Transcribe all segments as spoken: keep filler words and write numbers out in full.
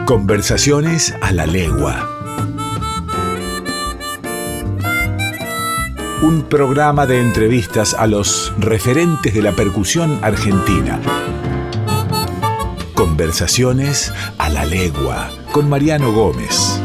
Conversaciones a la legua. Un programa de entrevistas a los referentes de la percusión argentina. Conversaciones a la legua con Mariano Gómez.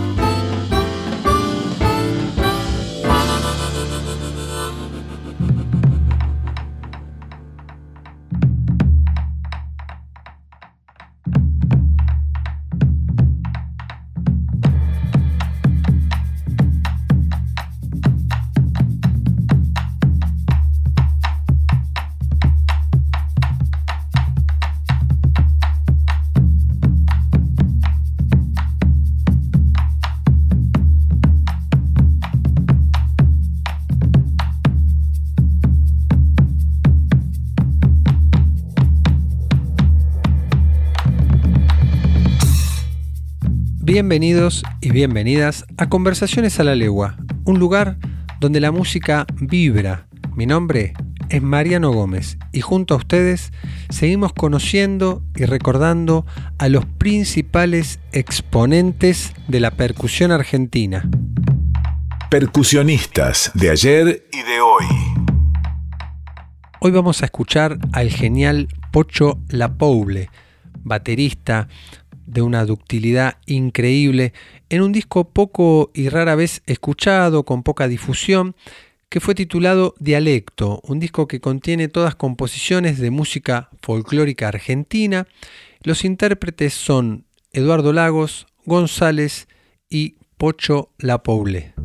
Bienvenidos y bienvenidas a Conversaciones a la Legua, un lugar donde la música vibra. Mi nombre es Mariano Gómez y junto a ustedes seguimos conociendo y recordando a los principales exponentes de la percusión argentina. Percusionistas de ayer y de hoy. Hoy vamos a escuchar al genial Pocho Lapoule, baterista de una ductilidad increíble, en un disco poco y rara vez escuchado, con poca difusión, que fue titulado Dialecto, un disco que contiene todas composiciones de música folclórica argentina. Los intérpretes son Eduardo Lagos, González y Pocho Lapoule.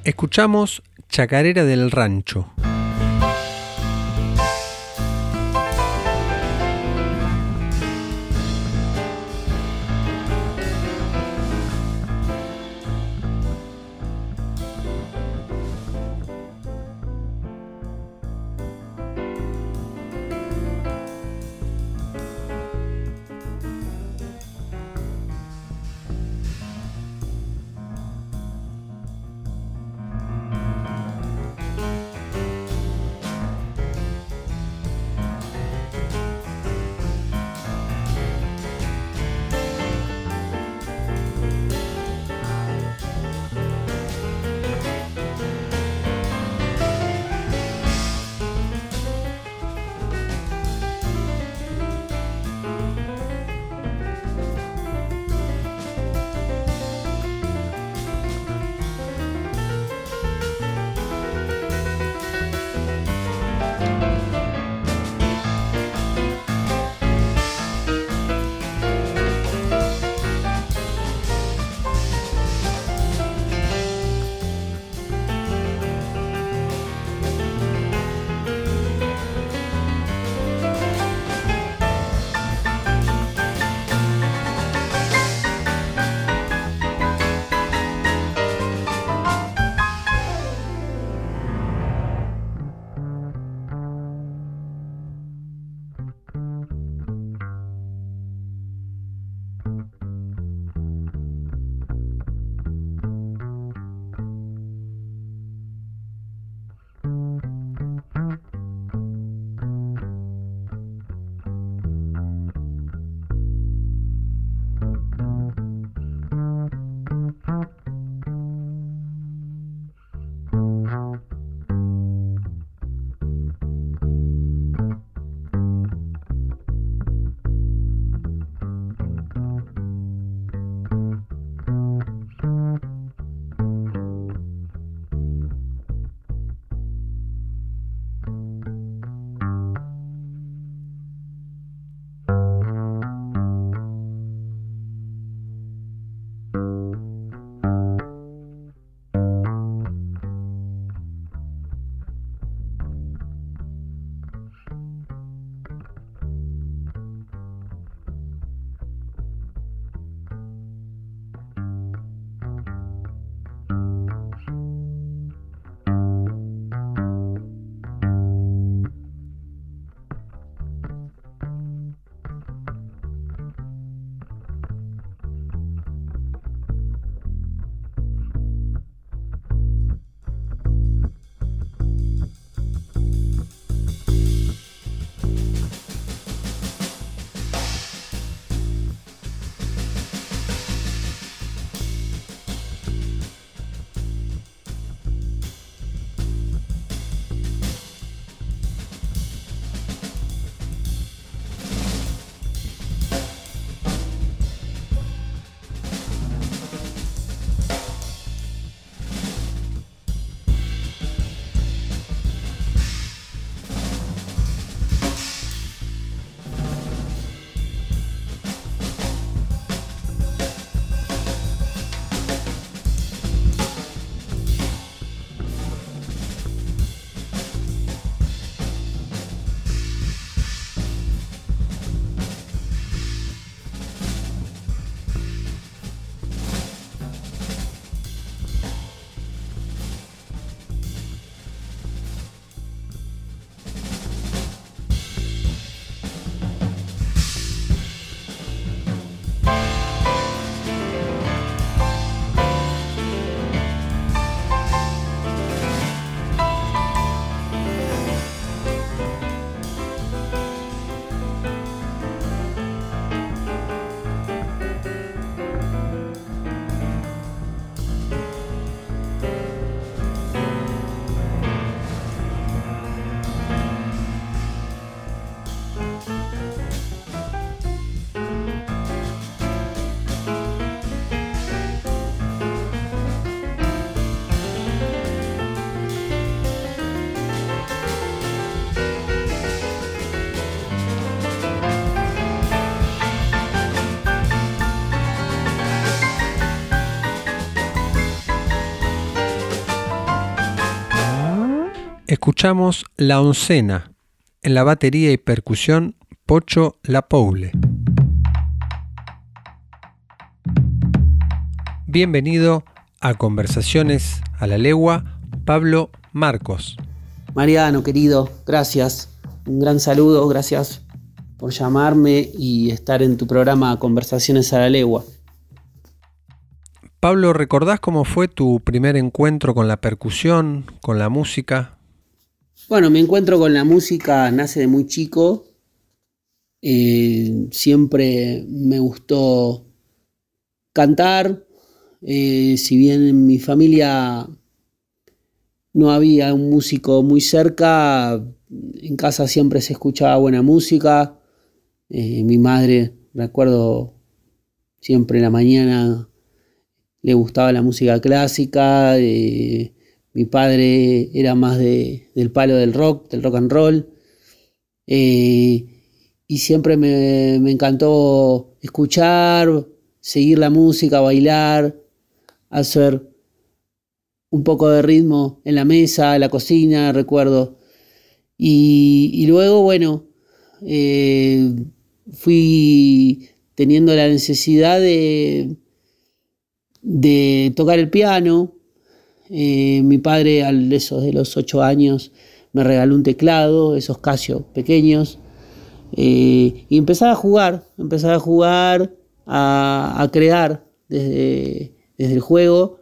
Escuchamos Chacarera del Rancho. escuchamos La Oncena, en la batería y percusión Pocho Lapoule. Bienvenido a Conversaciones a la Legua, Pablo Marcos. Mariano, querido, gracias. Un gran saludo, gracias por llamarme y estar en tu programa Conversaciones a la Legua. Pablo, ¿recordás cómo fue tu primer encuentro con la percusión, con la música? Bueno, mi encuentro con la música nace de muy chico. Eh, siempre me gustó cantar. Eh, si bien en mi familia no había un músico muy cerca, en casa siempre se escuchaba buena música. Eh, mi madre, recuerdo, siempre en la mañana le gustaba la música clásica. Eh, mi padre era más de, del palo del rock, del rock and roll. Eh, y siempre me, me encantó escuchar, seguir la música, bailar, hacer un poco de ritmo en la mesa, en la cocina, recuerdo. Y, y luego, bueno, eh, fui teniendo la necesidad de, de tocar el piano. Eh, mi padre, al esos de los ocho años, me regaló un teclado, esos Casio pequeños. Eh, y empezaba a jugar, empezaba a jugar, a, a crear desde, desde el juego.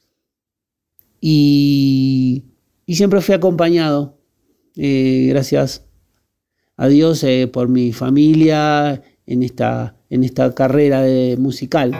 Y, y siempre fui acompañado, eh, gracias a Dios, eh, por mi familia en esta, en esta carrera de musical.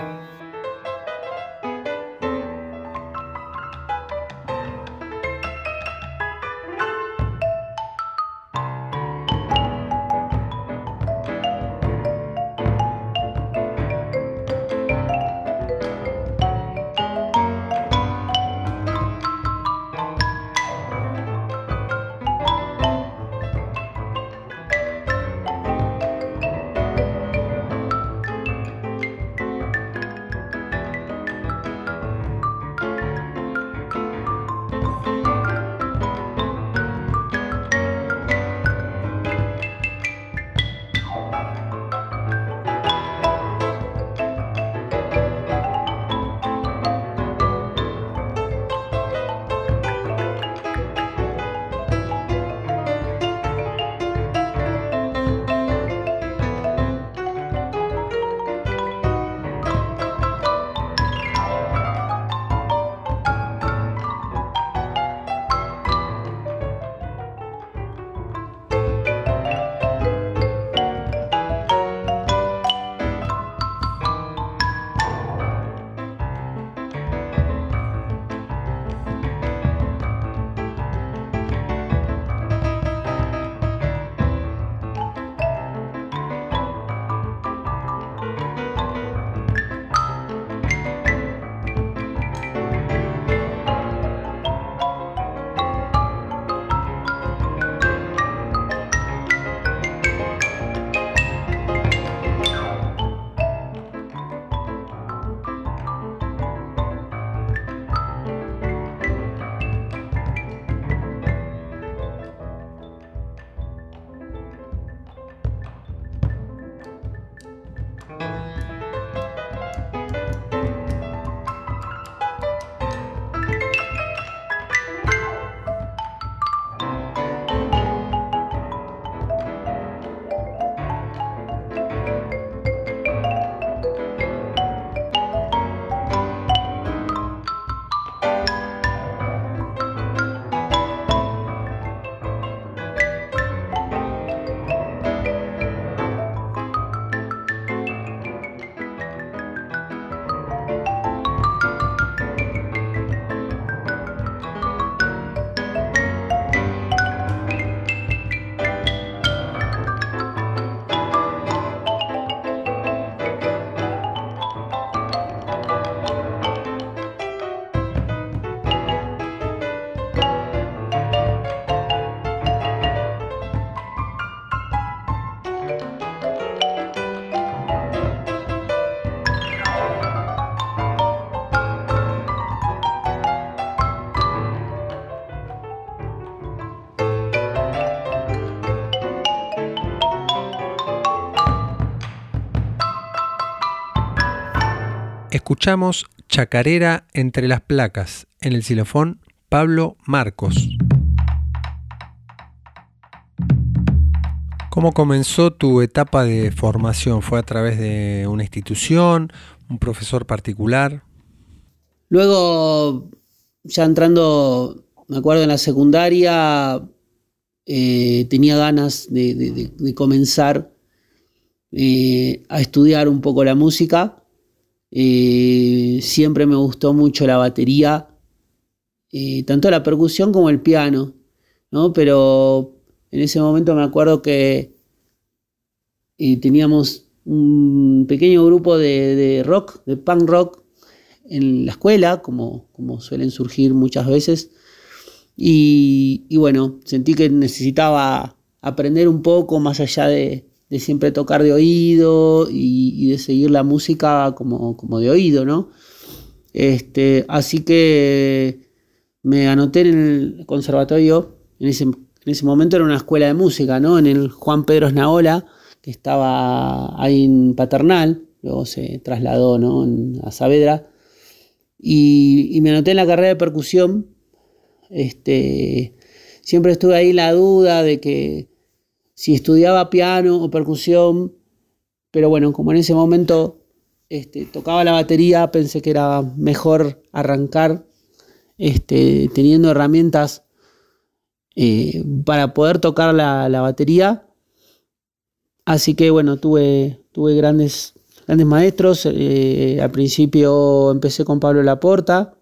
Escuchamos Chacarera entre las placas, en el xilofón Pablo Marcos. ¿Cómo comenzó tu etapa de formación? ¿Fue a través de una institución, un profesor particular? Luego, ya entrando, me acuerdo en la secundaria, eh, tenía ganas de, de, de, de comenzar eh, a estudiar un poco la música. Eh, siempre me gustó mucho la batería, eh, tanto la percusión como el piano, ¿no? Pero en ese momento me acuerdo que eh, teníamos un pequeño grupo de, de rock, de punk rock, en la escuela, como, como suelen surgir muchas veces. Y, y bueno, sentí que necesitaba aprender un poco más allá de, de siempre tocar de oído y, y de seguir la música como, como de oído, ¿no? Este, así que me anoté en el conservatorio. En ese, en ese momento era una escuela de música, ¿no? En el Juan Pedro Esnaola, que estaba ahí en Paternal, luego se trasladó, ¿no?, en, a Saavedra. Y, y me anoté en la carrera de percusión. Este, siempre estuve ahí en la duda de que si estudiaba piano o percusión, pero bueno, como en ese momento este, tocaba la batería, pensé que era mejor arrancar este, teniendo herramientas eh, para poder tocar la, la batería. Así que bueno, tuve, tuve grandes, grandes maestros. Eh, al principio empecé con Pablo Laporta.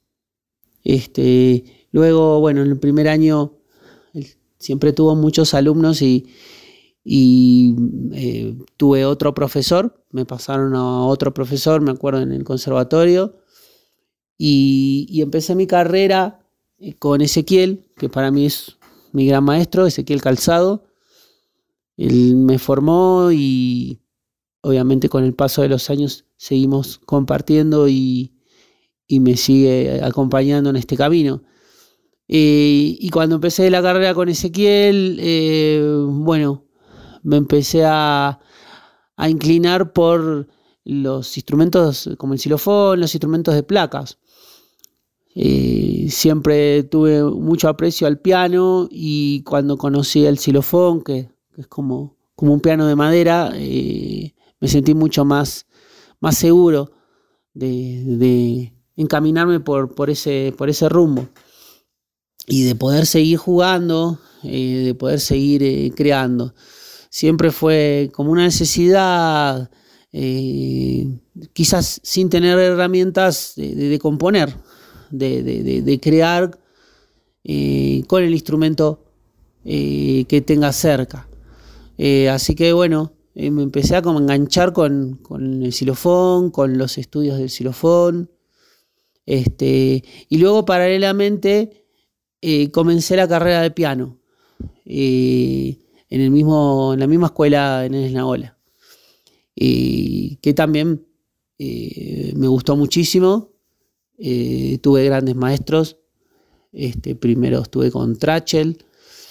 Este, luego, bueno, en el primer año él siempre tuvo muchos alumnos y, y eh, tuve otro profesor. Me pasaron a otro profesor, me acuerdo, en el conservatorio. Y, y empecé mi carrera con Ezequiel, que para mí es mi gran maestro, Ezequiel Calzado. Él me formó y obviamente con el paso de los años seguimos compartiendo y, y me sigue acompañando en este camino. Eh, y cuando empecé la carrera con Ezequiel, eh, bueno, me empecé a, a inclinar por los instrumentos como el xilofón, los instrumentos de placas. Eh, siempre tuve mucho aprecio al piano y cuando conocí el xilofón, que es como, como un piano de madera, eh, me sentí mucho más, más seguro de, de encaminarme por, por, ese, por ese rumbo y de poder seguir jugando, eh, de poder seguir eh, creando. Siempre fue como una necesidad, eh, quizás sin tener herramientas de, de, de componer, de, de, de, de crear eh, con el instrumento eh, que tenga cerca. Eh, así que bueno, eh, me empecé a como enganchar con, con el xilofón, con los estudios del xilofón. Este, y luego paralelamente eh, comencé la carrera de piano eh, en, el mismo, en la misma escuela en el Esnaola. Eh, que también eh, me gustó muchísimo. Eh, tuve grandes maestros. Este, primero estuve con Trachel.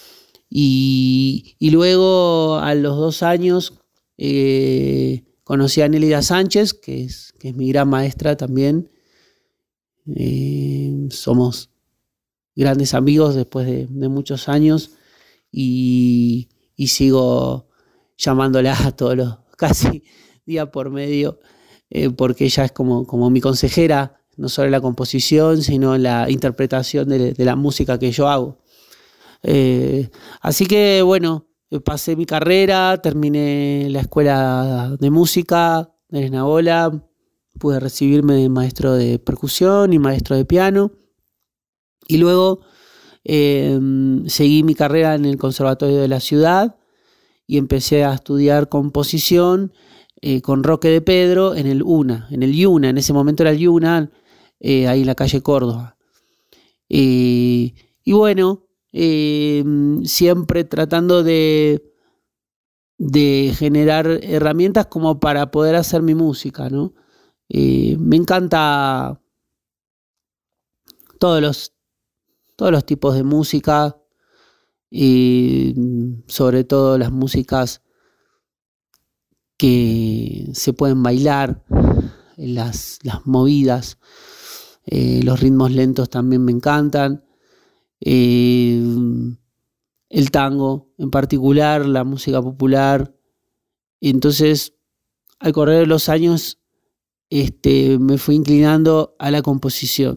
Y, y luego a los dos años eh, conocí a Nélida Sánchez, que es, que es mi gran maestra también. Eh, somos grandes amigos después de, de muchos años y, y sigo llamándola a todos los, casi día por medio, eh, porque ella es como, como mi consejera, no solo en la composición, sino en la interpretación de, de la música que yo hago. Eh, así que bueno, pasé mi carrera, terminé la escuela de música de Esnaola, pude recibirme de maestro de percusión y maestro de piano y luego eh, seguí mi carrera en el Conservatorio de la Ciudad y empecé a estudiar composición eh, con Roque de Pedro en el UNA, en el IUNA, en ese momento era el IUNA, eh, ahí en la calle Córdoba. Eh, y bueno, Eh, siempre tratando de, de generar herramientas como para poder hacer mi música, ¿no? Eh, me encanta todos los, todos los tipos de música, eh, sobre todo las músicas que se pueden bailar, las, las movidas. Eh, los ritmos lentos también me encantan. Eh, el tango en particular, la música popular. Entonces, al correr de los años, este, me fui inclinando a la composición.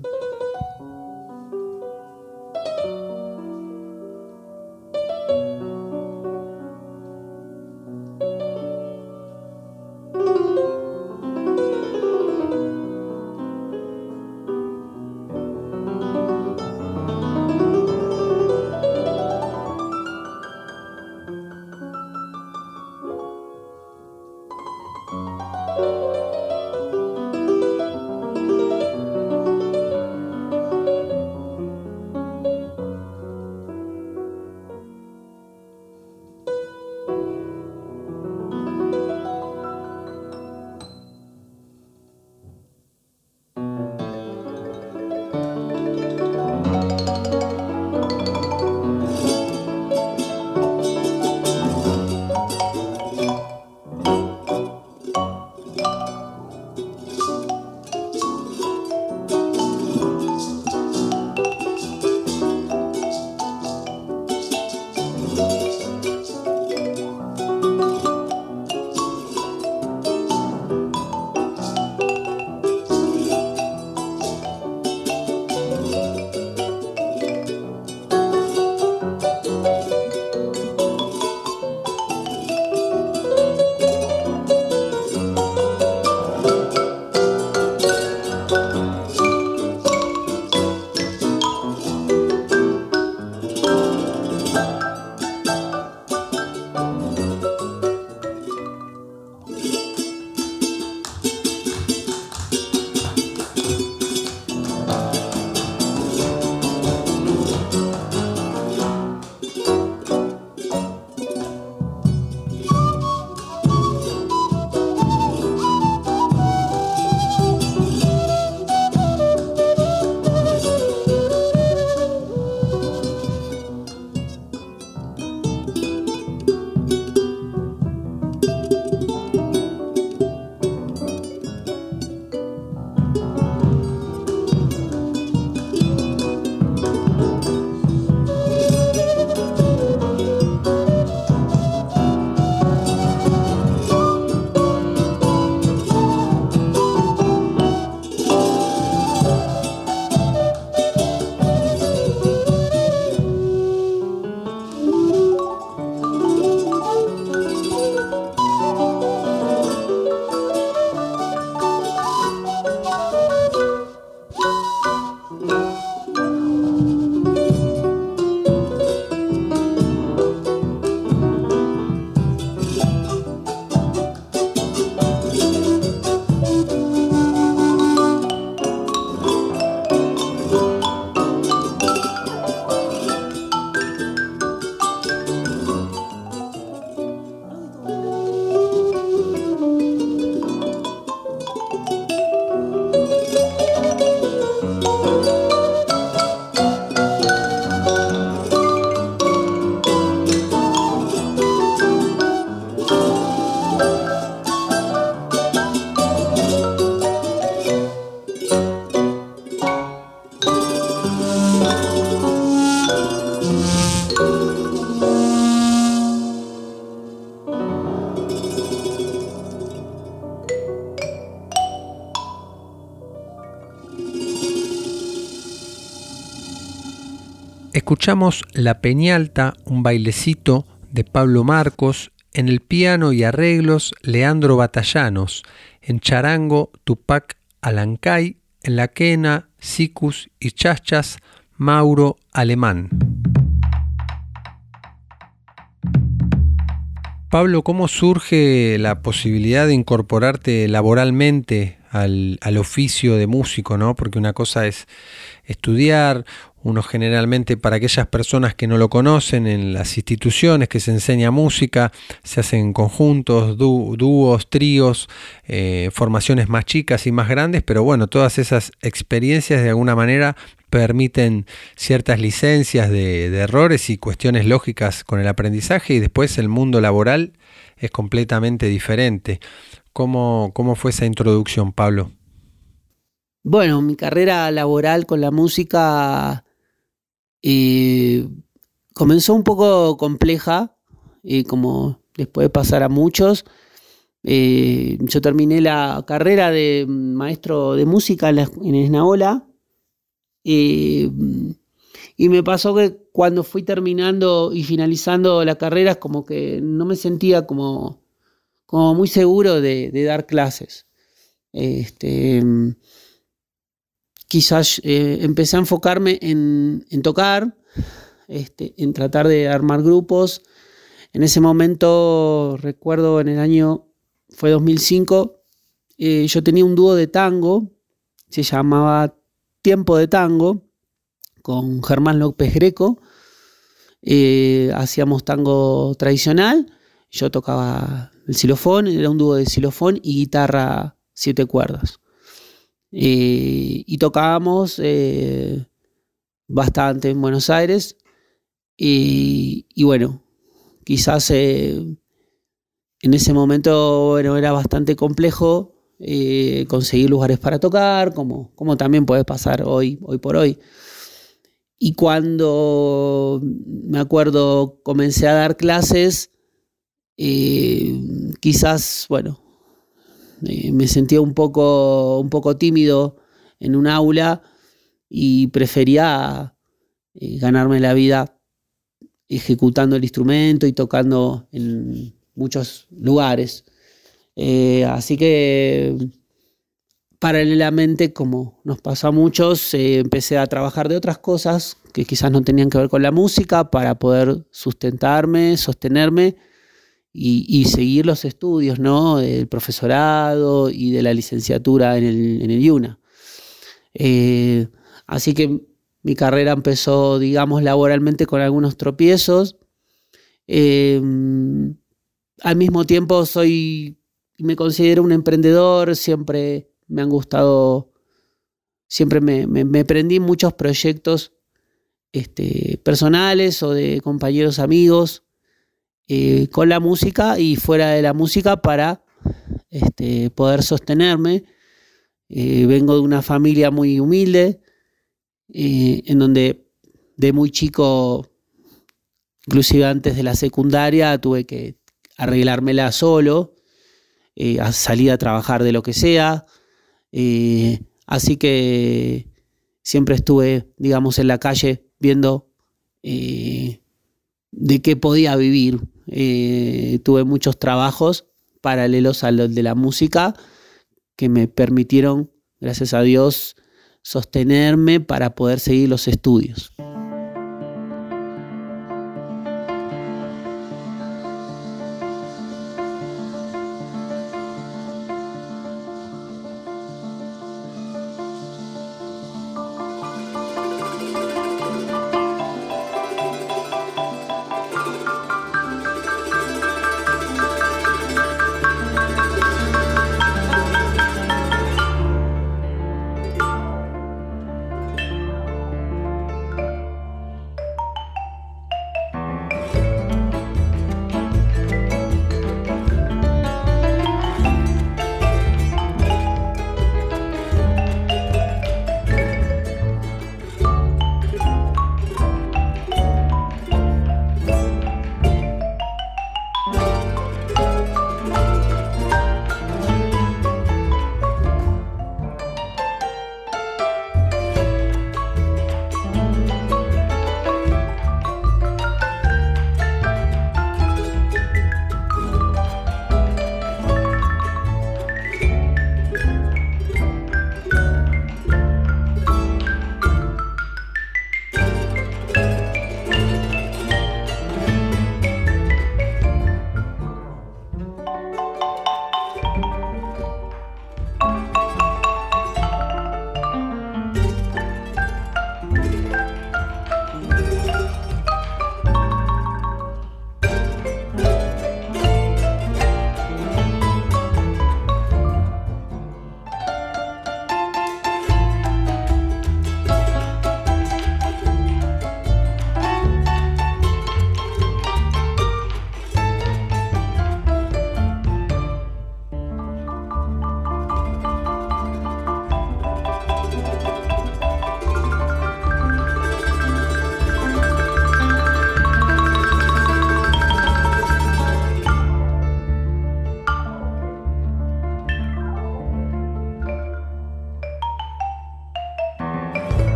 Escuchamos La Peñalta, un bailecito de Pablo Marcos, en el piano y arreglos Leandro Batallanos, en charango Tupac Alancay, en la quena, sicus y chachas Mauro Alemán. Pablo, ¿cómo surge la posibilidad de incorporarte laboralmente al, al oficio de músico, ¿no? Porque una cosa es estudiar, uno generalmente, para aquellas personas que no lo conocen, en las instituciones que se enseña música, se hacen conjuntos, dú, dúos, tríos, eh, formaciones más chicas y más grandes, pero bueno, todas esas experiencias de alguna manera permiten ciertas licencias de, de errores y cuestiones lógicas con el aprendizaje, y después el mundo laboral es completamente diferente. ¿Cómo, cómo fue esa introducción, Pablo? Bueno, mi carrera laboral con la música eh, comenzó un poco compleja, eh, como les puede pasar a muchos. Eh, yo terminé la carrera de maestro de música en, la, en Esnaola. Eh, y me pasó que cuando fui terminando y finalizando la carrera, como que no me sentía como, como muy seguro de, de dar clases. Este, quizás eh, empecé a enfocarme en, en tocar, este, en tratar de armar grupos. En ese momento, recuerdo en el año, fue dos mil cinco, eh, yo tenía un dúo de tango, se llamaba Tiempo de Tango, con Germán López Greco. Eh, hacíamos tango tradicional, yo tocaba el xilofón, era un dúo de xilofón y guitarra siete cuerdas. Eh, y tocábamos eh, bastante en Buenos Aires. Y, y bueno, quizás eh, en ese momento bueno, era bastante complejo eh, conseguir lugares para tocar, como, como también puede pasar hoy, hoy por hoy. Y cuando, me acuerdo, comencé a dar clases, eh, quizás, bueno, eh, me sentía un poco, un poco tímido en un aula y prefería eh, ganarme la vida ejecutando el instrumento y tocando en muchos lugares. Eh, así que paralelamente, como nos pasó a muchos, eh, empecé a trabajar de otras cosas que quizás no tenían que ver con la música para poder sustentarme, sostenerme y, y seguir los estudios, ¿no? Del profesorado y de la licenciatura en el, en el IUNA. Eh, así que mi carrera empezó, digamos, laboralmente con algunos tropiezos. Eh, al mismo tiempo soy, me considero un emprendedor, siempre me han gustado, siempre me, me, me prendí muchos proyectos este, personales o de compañeros amigos eh, con la música y fuera de la música para este, poder sostenerme. Eh, vengo de una familia muy humilde, eh, en donde de muy chico, inclusive antes de la secundaria, tuve que arreglármela solo, eh, a salir a trabajar de lo que sea. Eh, así que siempre estuve, digamos, en la calle viendo eh, de qué podía vivir. Eh, tuve muchos trabajos paralelos a los de la música que me permitieron, gracias a Dios, sostenerme para poder seguir los estudios.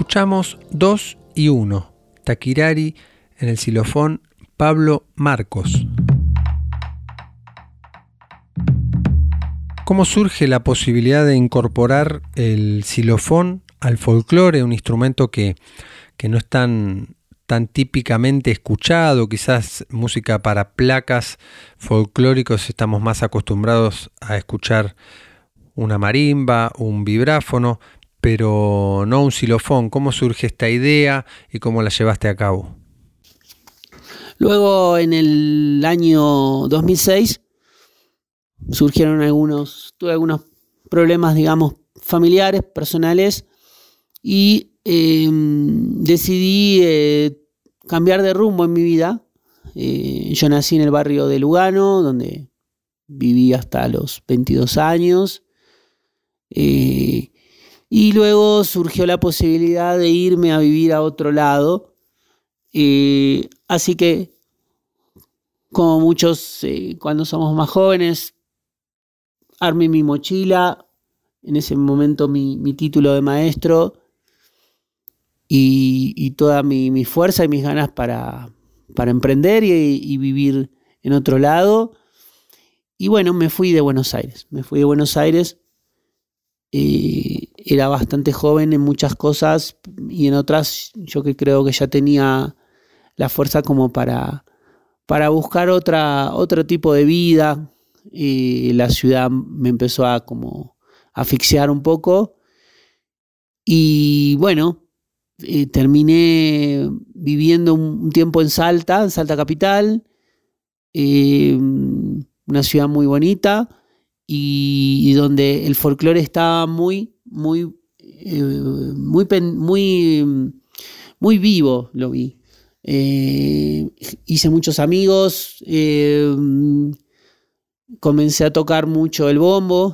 Escuchamos dos y uno, Taquirari, en el xilofón Pablo Marcos. ¿Cómo surge la posibilidad de incorporar el xilofón al folclore, un instrumento que, que no es tan, tan típicamente escuchado? Quizás música para placas folclóricos estamos más acostumbrados a escuchar una marimba, un vibráfono, pero no un xilofón. ¿Cómo surge esta idea y cómo la llevaste a cabo? Luego, en el año dos mil seis, surgieron algunos, tuve algunos problemas, digamos, familiares, personales, y eh, decidí eh, cambiar de rumbo en mi vida. Eh, yo nací en el barrio de Lugano, donde viví hasta los veintidós años, eh, y luego surgió la posibilidad de irme a vivir a otro lado. Eh, así que, como muchos, eh, cuando somos más jóvenes, armé mi mochila, en ese momento mi, mi título de maestro y, y toda mi, mi fuerza y mis ganas para, para emprender y, y vivir en otro lado. Y bueno, me fui de Buenos Aires. Me fui de Buenos Aires. Eh, era bastante joven en muchas cosas y en otras yo que creo que ya tenía la fuerza como para, para buscar otra, otro tipo de vida. Eh, la ciudad me empezó a como asfixiar un poco y bueno, eh, terminé viviendo un, un tiempo en Salta, en Salta capital, eh, una ciudad muy bonita y, y donde el folclore estaba muy, muy, eh, muy, muy, muy vivo, lo vi. Eh, hice muchos amigos, eh, comencé a tocar mucho el bombo,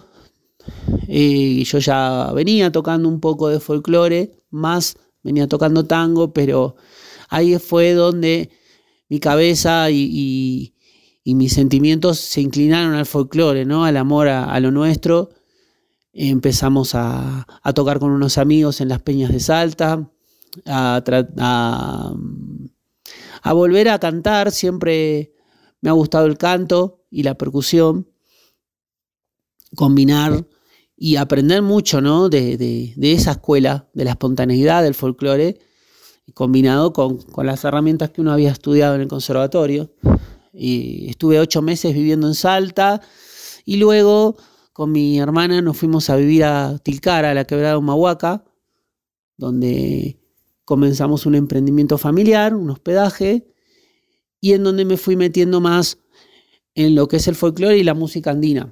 eh, yo ya venía tocando un poco de folclore, más venía tocando tango, pero ahí fue donde mi cabeza y, y, y mis sentimientos se inclinaron al folclore, ¿no? Al amor a, a lo nuestro. Empezamos a, a tocar con unos amigos en las peñas de Salta, a, a, a volver a cantar. Siempre me ha gustado el canto y la percusión, combinar y aprender mucho, ¿no? de, de, de esa escuela, de la espontaneidad del folclore, combinado con, con las herramientas que uno había estudiado en el conservatorio. Y estuve ocho meses viviendo en Salta y luego con mi hermana nos fuimos a vivir a Tilcara, a la quebrada de Humahuaca, donde comenzamos un emprendimiento familiar, un hospedaje, y en donde me fui metiendo más en lo que es el folclore y la música andina.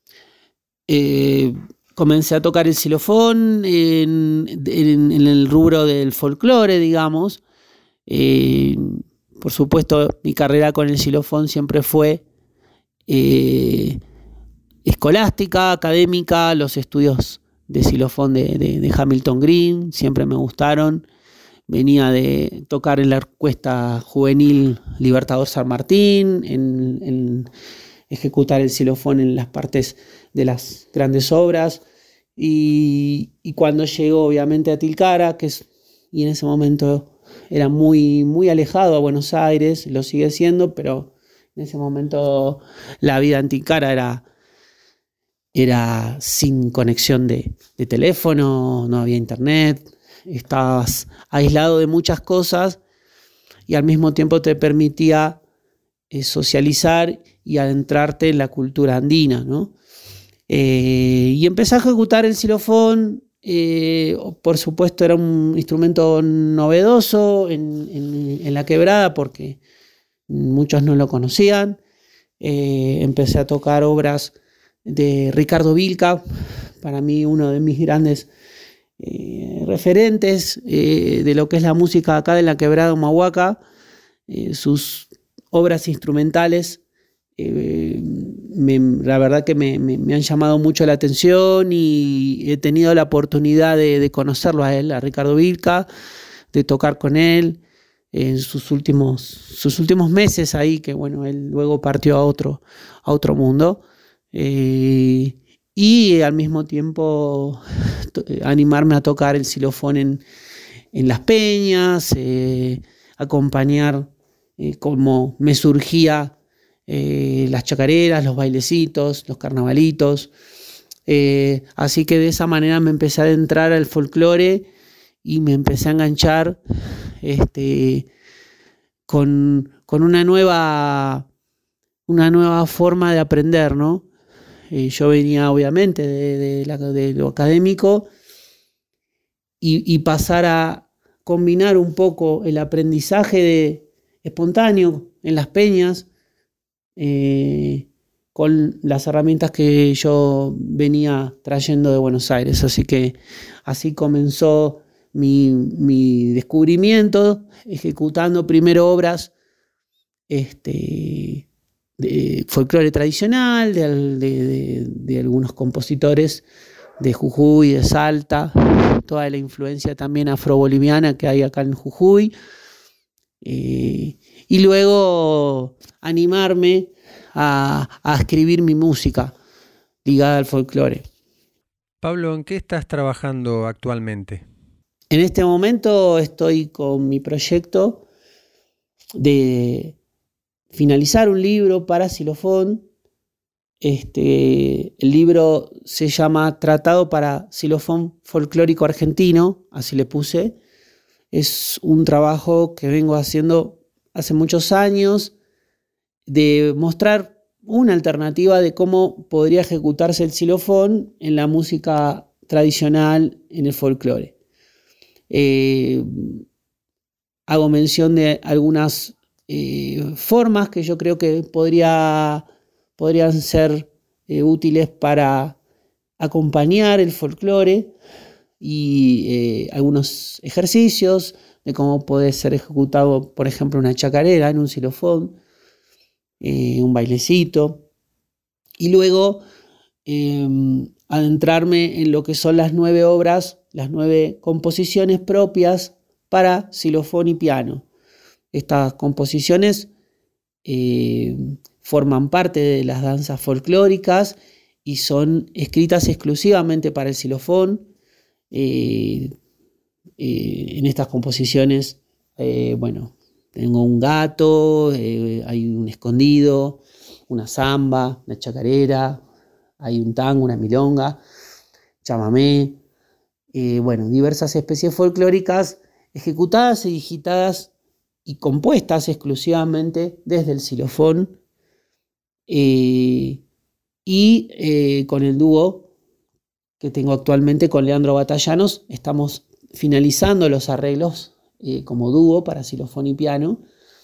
Eh, comencé a tocar el xilofón en, en, en el rubro del folclore, digamos. Eh, por supuesto, mi carrera con el xilofón siempre fue eh, escolástica, académica. Los estudios de xilofón de, de, de Hamilton Green siempre me gustaron. Venía de tocar en la orquesta juvenil Libertador San Martín, en, en ejecutar el xilofón en las partes de las grandes obras. Y, y cuando llegó obviamente a Tilcara, que es, y en ese momento era muy, muy alejado a Buenos Aires, lo sigue siendo, pero en ese momento la vida en Tilcara era, era sin conexión de, de teléfono, no había internet. Estabas aislado de muchas cosas y al mismo tiempo te permitía eh, socializar y adentrarte en la cultura andina, ¿no? Eh, y empecé a ejecutar el xilofón. Eh, por supuesto era un instrumento novedoso en, en, en la quebrada porque muchos no lo conocían. Eh, empecé a tocar obras de Ricardo Vilca, para mí uno de mis grandes Eh, referentes eh, de lo que es la música acá de la quebrada de Humahuaca. Eh, sus obras instrumentales eh, me, la verdad que me, me, me han llamado mucho la atención y he tenido la oportunidad de, de conocerlo a él, a Ricardo Vilca, de tocar con él en sus últimos, sus últimos meses ahí, que bueno, él luego partió a otro, a otro mundo. Eh, y al mismo tiempo animarme a tocar el xilofón en, en las peñas, eh, acompañar eh, como me surgía eh, las chacareras, los bailecitos, los carnavalitos. Eh, así que de esa manera me empecé a adentrar al folclore y me empecé a enganchar este, con, con una nueva, una nueva forma de aprender, ¿no? Eh, yo venía obviamente de, de, la, de lo académico y, y pasar a combinar un poco el aprendizaje de, espontáneo en las peñas eh, con las herramientas que yo venía trayendo de Buenos Aires. Así que así comenzó mi, mi descubrimiento, ejecutando primero obras este, de folclore tradicional, de, de, de, de algunos compositores de Jujuy, de Salta, toda la influencia también afroboliviana que hay acá en Jujuy. Eh, y luego animarme a, a escribir mi música ligada al folclore. Pablo, ¿en qué estás trabajando actualmente? En este momento estoy con mi proyecto de finalizar un libro para xilofón. Este, el libro se llama Tratado para xilofón folclórico argentino, así le puse. Es un trabajo que vengo haciendo hace muchos años de mostrar una alternativa de cómo podría ejecutarse el xilofón en la música tradicional, en el folclore. Eh, hago mención de algunas eh, formas que yo creo que podría, podrían ser eh, útiles para acompañar el folclore y eh, algunos ejercicios de cómo puede ser ejecutado, por ejemplo, una chacarera en un xilofón, eh, un bailecito, y luego eh, adentrarme en lo que son las nueve obras, las nueve composiciones propias para xilofón y piano. Estas composiciones eh, forman parte de las danzas folclóricas y son escritas exclusivamente para el xilofón. Eh, eh, en estas composiciones, eh, bueno, tengo un gato, eh, hay un escondido, una samba, una chacarera, hay un tango, una milonga, chamamé, eh, bueno, diversas especies folclóricas ejecutadas y digitadas y compuestas exclusivamente desde el xilofón eh, y eh, con el dúo que tengo actualmente con Leandro Batallanos. Estamos finalizando los arreglos eh, como dúo para xilofón y piano.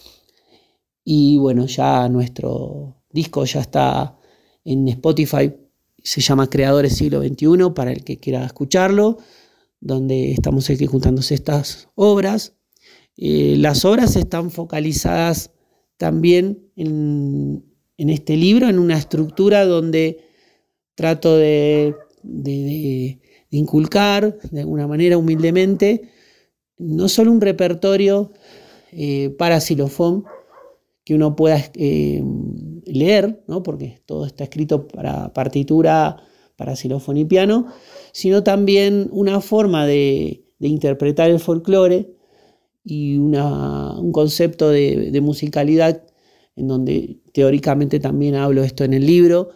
Y bueno, ya nuestro disco ya está en Spotify, se llama Creadores Siglo veintiuno, para el que quiera escucharlo, donde estamos ejecutando estas obras. Eh, las obras están focalizadas también en, en este libro, en una estructura donde trato de De, de, de inculcar de alguna manera humildemente no solo un repertorio eh, para xilofón que uno pueda eh, leer, ¿no? Porque todo está escrito para partitura para xilofón y piano, sino también una forma de, de interpretar el folclore y una, un concepto de, de musicalidad en donde teóricamente también hablo esto en el libro,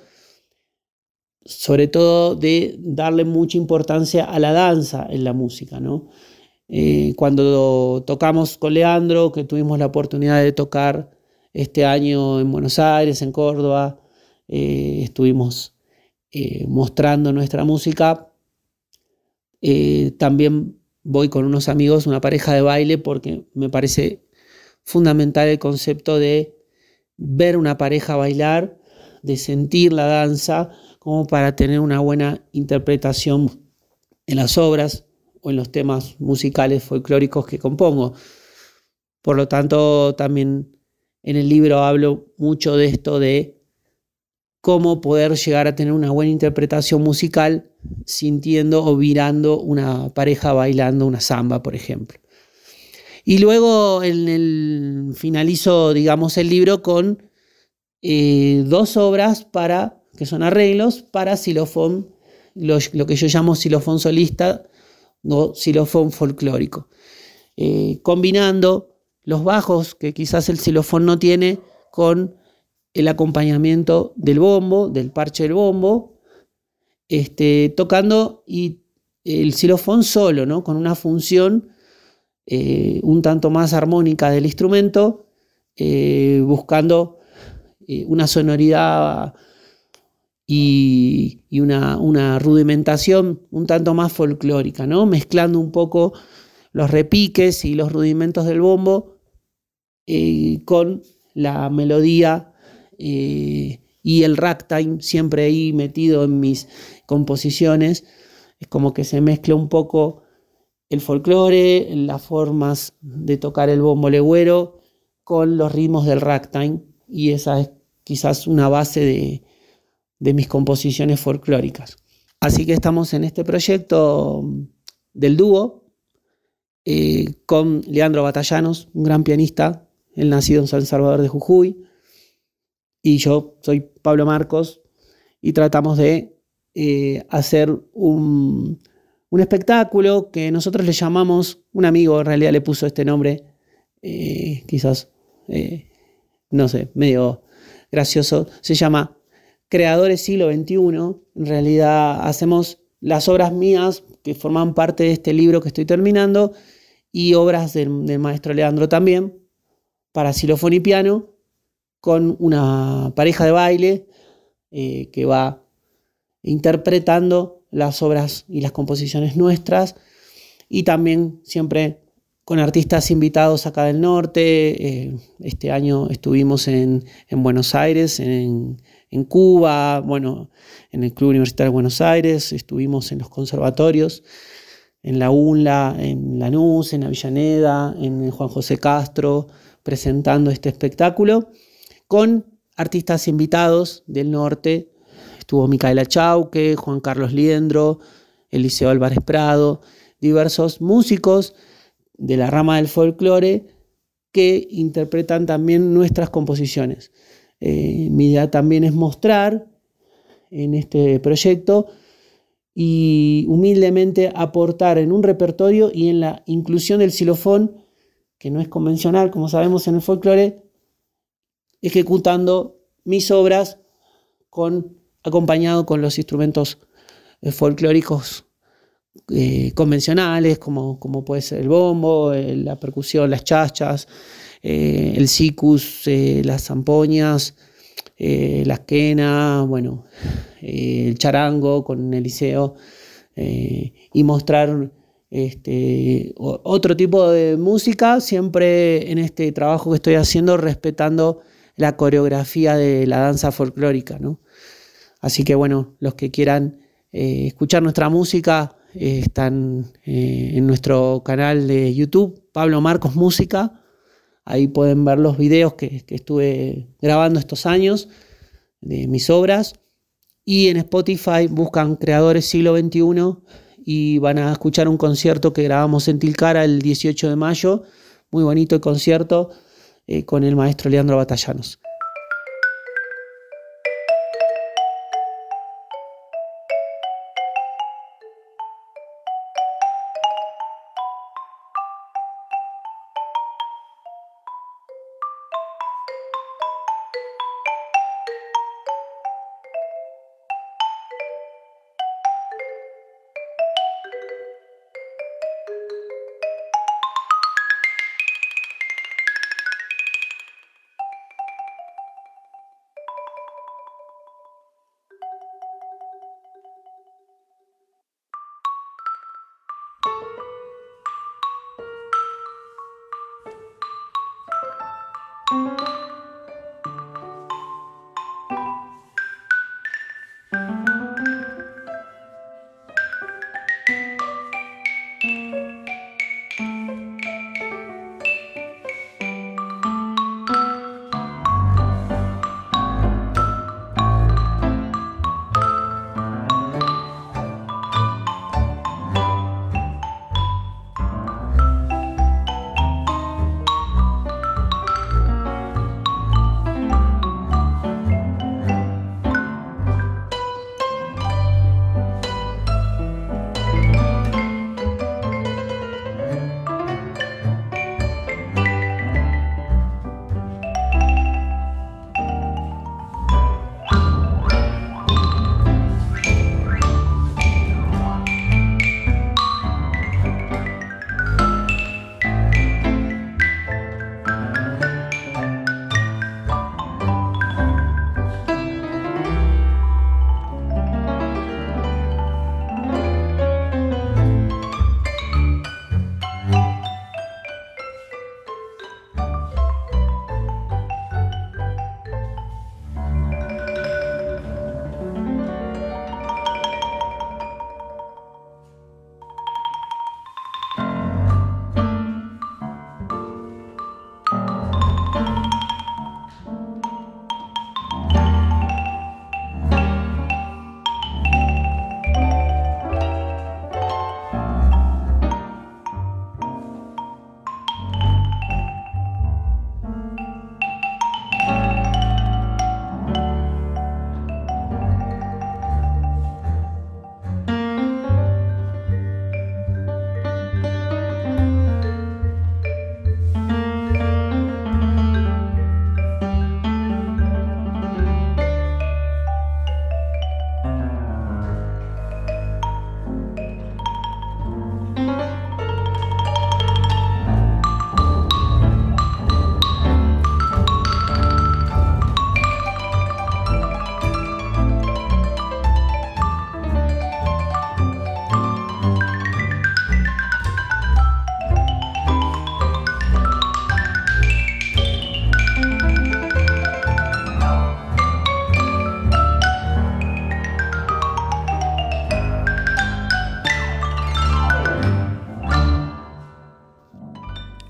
sobre todo de darle mucha importancia a la danza en la música, ¿no? Eh, cuando tocamos con Leandro, que tuvimos la oportunidad de tocar este año en Buenos Aires, en Córdoba, eh, estuvimos eh, mostrando nuestra música. Eh, también voy con unos amigos, una pareja de baile, porque me parece fundamental el concepto de ver una pareja bailar, de sentir la danza, como para tener una buena interpretación en las obras o en los temas musicales folclóricos que compongo. Por lo tanto, también en el libro hablo mucho de esto de cómo poder llegar a tener una buena interpretación musical sintiendo o virando una pareja bailando una samba, por ejemplo. Y luego en el, finalizo, digamos, el libro con eh, dos obras para que son arreglos para xilofón, lo, lo que yo llamo xilofón solista o xilofón folclórico, eh, combinando los bajos que quizás el xilofón no tiene con el acompañamiento del bombo, del parche del bombo, este, tocando y el xilofón solo, ¿no? Con una función eh, un tanto más armónica del instrumento, eh, buscando eh, una sonoridad y, y una, una rudimentación un tanto más folclórica, ¿no? Mezclando un poco los repiques y los rudimentos del bombo eh, con la melodía eh, y el ragtime siempre ahí metido en mis composiciones. Es como que se mezcla un poco el folclore, las formas de tocar el bombo legüero con los ritmos del ragtime, y esa es quizás una base de, de mis composiciones folclóricas. Así que estamos en este proyecto del dúo eh, con Leandro Batallanos, un gran pianista, él nacido en San Salvador de Jujuy, y yo soy Pablo Marcos, y tratamos de eh, hacer un, un espectáculo que nosotros le llamamos, un amigo en realidad le puso este nombre, eh, quizás, eh, no sé, medio gracioso, se llama Creadores Siglo veintiuno. En realidad hacemos las obras mías que forman parte de este libro que estoy terminando y obras del, del maestro Leandro también, para xilofón y piano, con una pareja de baile eh, que va interpretando las obras y las composiciones nuestras, y también siempre con artistas invitados acá del norte. Eh, este año estuvimos en, en Buenos Aires, en, en Cuba, bueno, en el Club Universitario de Buenos Aires, estuvimos en los conservatorios, en la UNLA, en Lanús, en Avellaneda, en Juan José Castro, presentando este espectáculo con artistas invitados del norte. Estuvo Micaela Chauque, Juan Carlos Liendro, Eliseo Álvarez Prado, diversos músicos de la rama del folclore que interpretan también nuestras composiciones. Eh, mi idea también es mostrar en este proyecto y humildemente aportar en un repertorio y en la inclusión del xilofón, que no es convencional, como sabemos en el folclore, ejecutando mis obras con, acompañado con los instrumentos eh, folclóricos eh, convencionales, como, como puede ser el bombo, eh, la percusión, las chachas, eh, el sikus, eh, las zampoñas, eh, la quena, bueno, eh, el charango con Eliseo, eh, y mostrar este, otro tipo de música, siempre en este trabajo que estoy haciendo respetando la coreografía de la danza folclórica, ¿no? Así que bueno, los que quieran eh, escuchar nuestra música eh, están eh, en nuestro canal de YouTube, Pablo Marcos Música. Ahí pueden ver los videos que, que estuve grabando estos años de mis obras. Y en Spotify buscan Creadores Siglo veintiuno y van a escuchar un concierto que grabamos en Tilcara el dieciocho de mayo. Muy bonito el concierto eh, con el maestro Leandro Batallanos.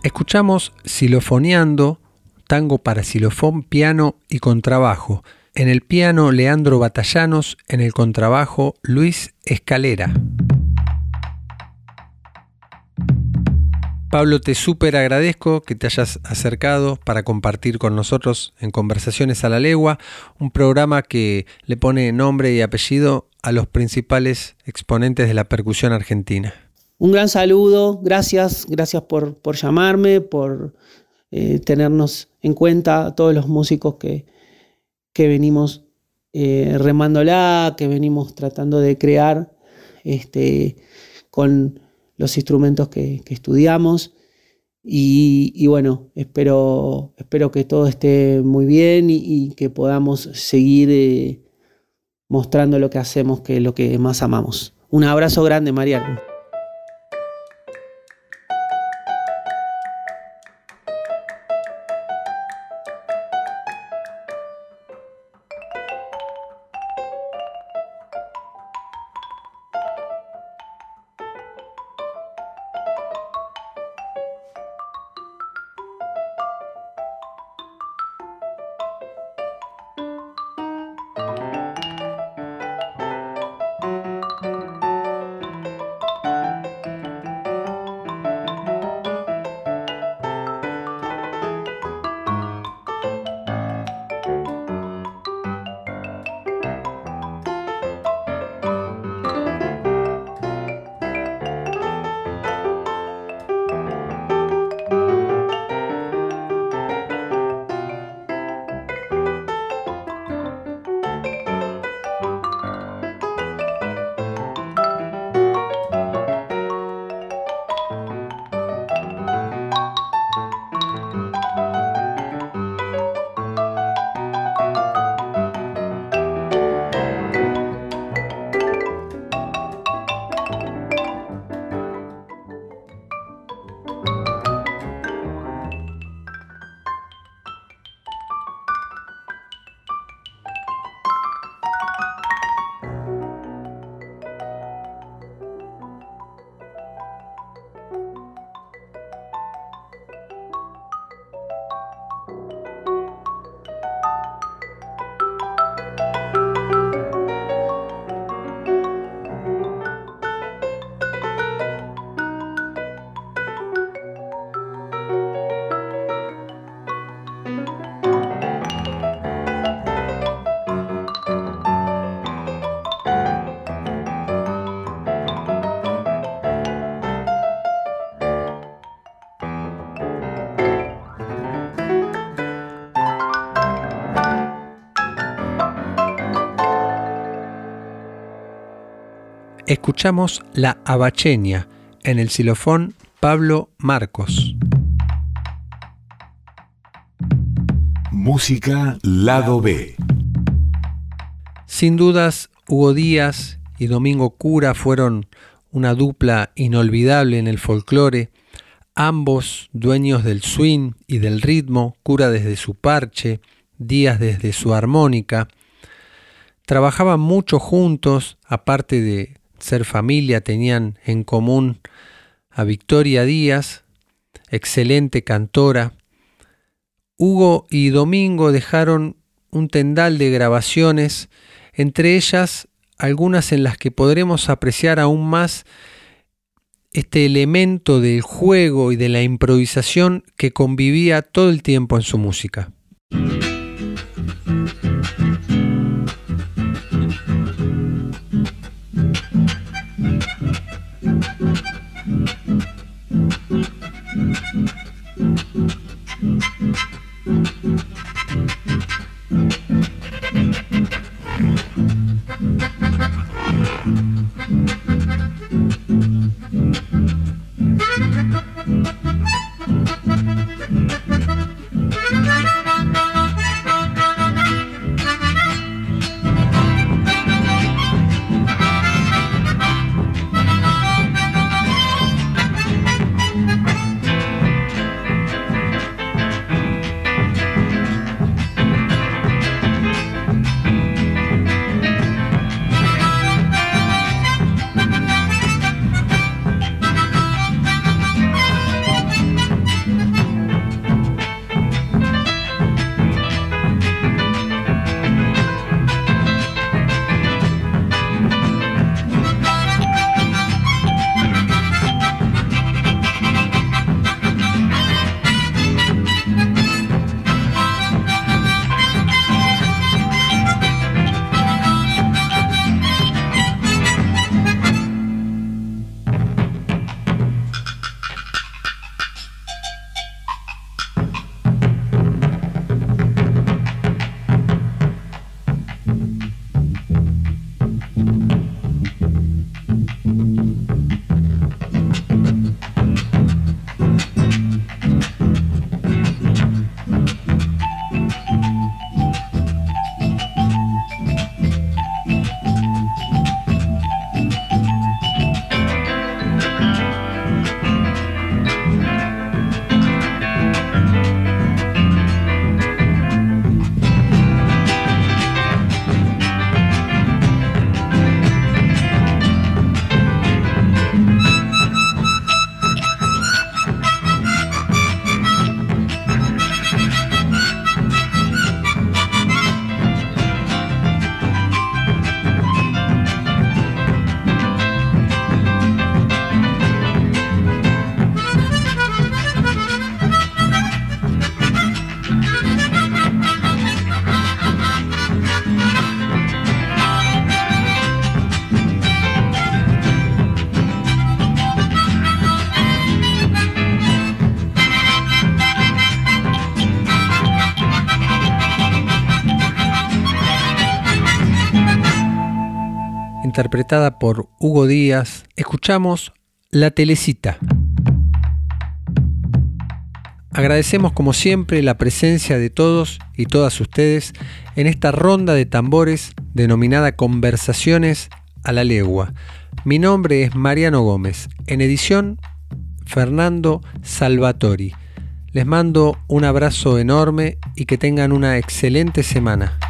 Escuchamos Xilofoneando, tango para xilofón, piano y contrabajo. En el piano, Leandro Batallanos, en el contrabajo, Luis Escalera. Pablo, te súper agradezco que te hayas acercado para compartir con nosotros en Conversaciones a la Legua, un programa que le pone nombre y apellido a los principales exponentes de la percusión argentina. Un gran saludo, gracias, gracias por, por llamarme, por eh, tenernos en cuenta a todos los músicos que, que venimos eh, remándola, que venimos tratando de crear este, con los instrumentos que, que estudiamos y, y bueno, espero, espero que todo esté muy bien y, y que podamos seguir eh, mostrando lo que hacemos, que es lo que más amamos. Un abrazo grande, Mariano. Escuchamos La Abacheña, en el xilofón Pablo Marcos. Música Lado B. Sin dudas, Hugo Díaz y Domingo Cura fueron una dupla inolvidable en el folclore, ambos dueños del swing y del ritmo, Cura desde su parche, Díaz desde su armónica. Trabajaban mucho juntos, aparte de ser familia, tenían en común a Victoria Díaz, excelente cantora. Hugo y Domingo dejaron un tendal de grabaciones, entre ellas algunas en las que podremos apreciar aún más este elemento del juego y de la improvisación que convivía todo el tiempo en su música. interpretada por Hugo Díaz, escuchamos La Telecita. Agradecemos como siempre la presencia de todos y todas ustedes en esta ronda de tambores denominada Conversaciones a la Legua. Mi nombre es Mariano Gómez, en edición Fernando Salvatori. Les mando un abrazo enorme y que tengan una excelente semana.